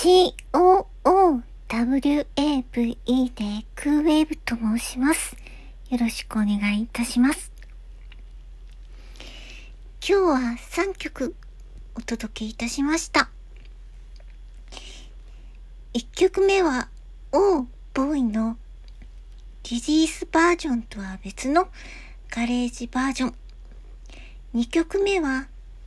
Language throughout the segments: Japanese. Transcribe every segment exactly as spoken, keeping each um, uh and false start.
シーオーオーダブリューエーブイ でクーウェーブと申します。よろしくお願いいたします。今日はさんきょくお届けいたしました。いっきょくめはオーボーイのリリースバージョンとは別のガレージバージョン。にきょくめは、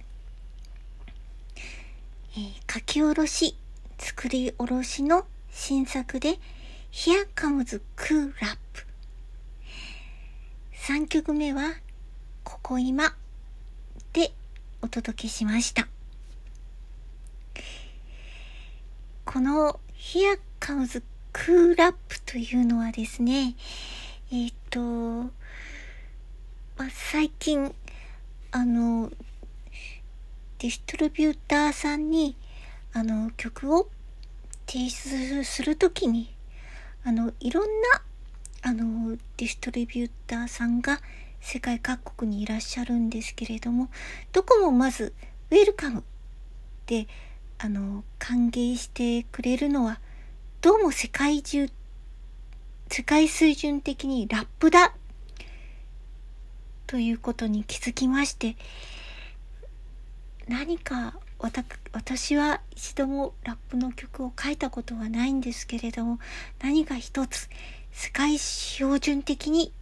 えー、書き下ろし作り下ろしの新作で Here Comes Cool Rap。 さんきょくめはここ今でお届けしました。この Here Comes Cool Rap というのはですね、えっと、まあ、最近あのディストリビューターさんにあの曲を提出するときにあのいろんなあのディストリビューターさんが世界各国にいらっしゃるんですけれども、どこもまずウェルカムであの歓迎してくれるのはどうも世界中世界水準的にラップだということに気づきまして、何か私は一度もラップの曲を書いたことはないんですけれども、何か一つ世界標準的に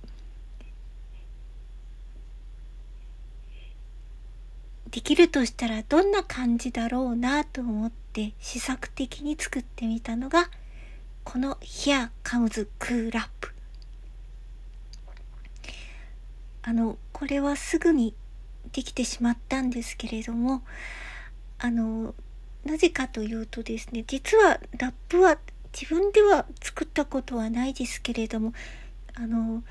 できるとしたらどんな感じだろうなと思って試作的に作ってみたのがこの Here Comes Cool Rap。 あのこれはすぐにできてしまったんですけれども、あのなぜかというとですね、実はラップは自分では作ったことはないですけれども、あの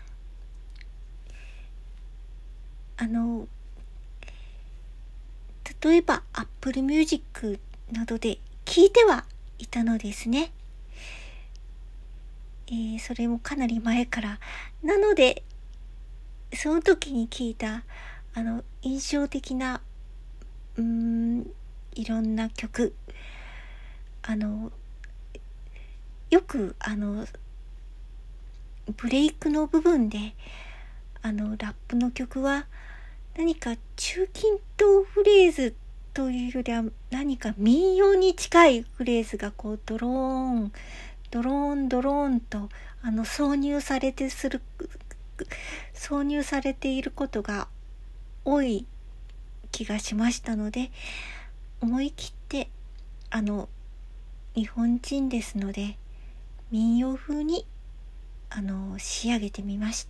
あの例えば Apple Music などで聴いてはいたのですね。えー、それもかなり前からなので、その時に聴いたあの印象的なうーんいろんな曲、あのよくあのブレイクの部分であのラップの曲は何か中近東フレーズというよりは何か民謡に近いフレーズがこうドローンドローンドローンとあの挿入されてする挿入されていることが多い気がしましたので、思い切ってあの日本人ですので民謡風にあの仕上げてみました。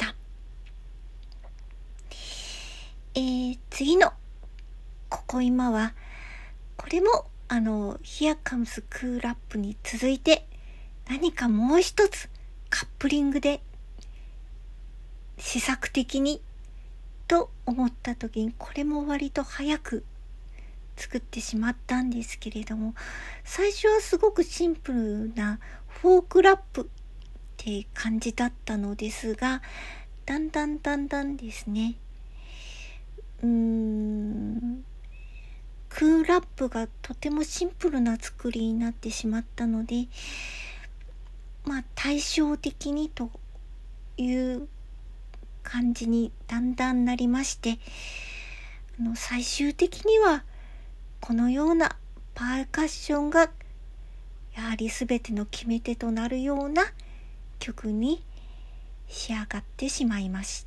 えー、次のここ今はこれもあの Here Comes Cool Rap に続いて何かもう一つカップリングで試作的にと思った時に、これも割と早く作ってしまったんですけれども、最初はすごくシンプルなフォークラップって感じだったのですが、だんだんだんだんですね、うーんクーラップがとてもシンプルな作りになってしまったので、まあ対照的にという感じにだんだんなりまして、あの最終的にはこのようなパーカッションがやはり全ての決め手となるような曲に仕上がってしまいました。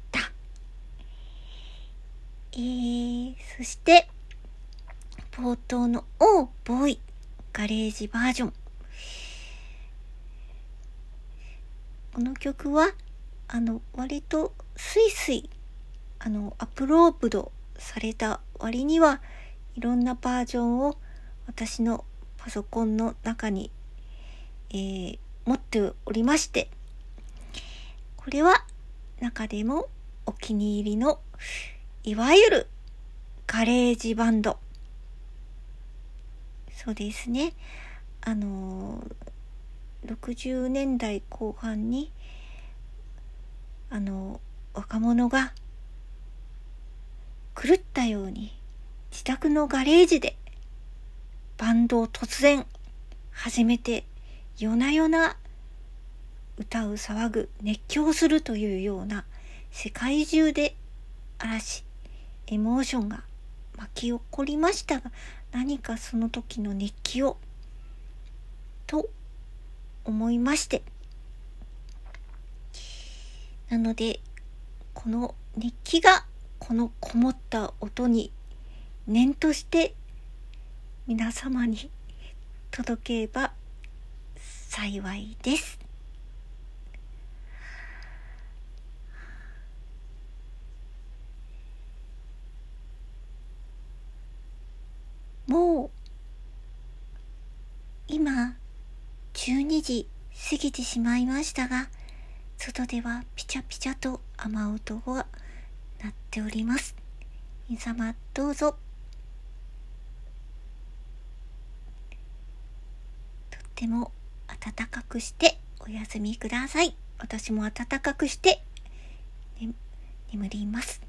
えー、そして冒頭のオーボーイガレージバージョン、この曲はあの割とスイスイあのアップロードされた割にはいろんなバージョンを私のパソコンの中に、えー、持っておりまして、これは中でもお気に入りのいわゆるガレージバンド、そうですね、あのー、ろくじゅうねんだいこう半にあの若者が狂ったように自宅のガレージでバンドを突然始めて夜な夜な歌う騒ぐ熱狂するというような世界中で嵐エモーションが巻き起こりましたが、何かその時の熱気をと思いまして、なのでこの熱気がこのこもった音に念として皆様に届けば幸いです。もう今じゅうにじ過ぎてしまいましたが、外ではピチャピチャと雨音が鳴っております。皆様どうぞとっても暖かくしてお休みください。私も暖かくして、ね、眠ります。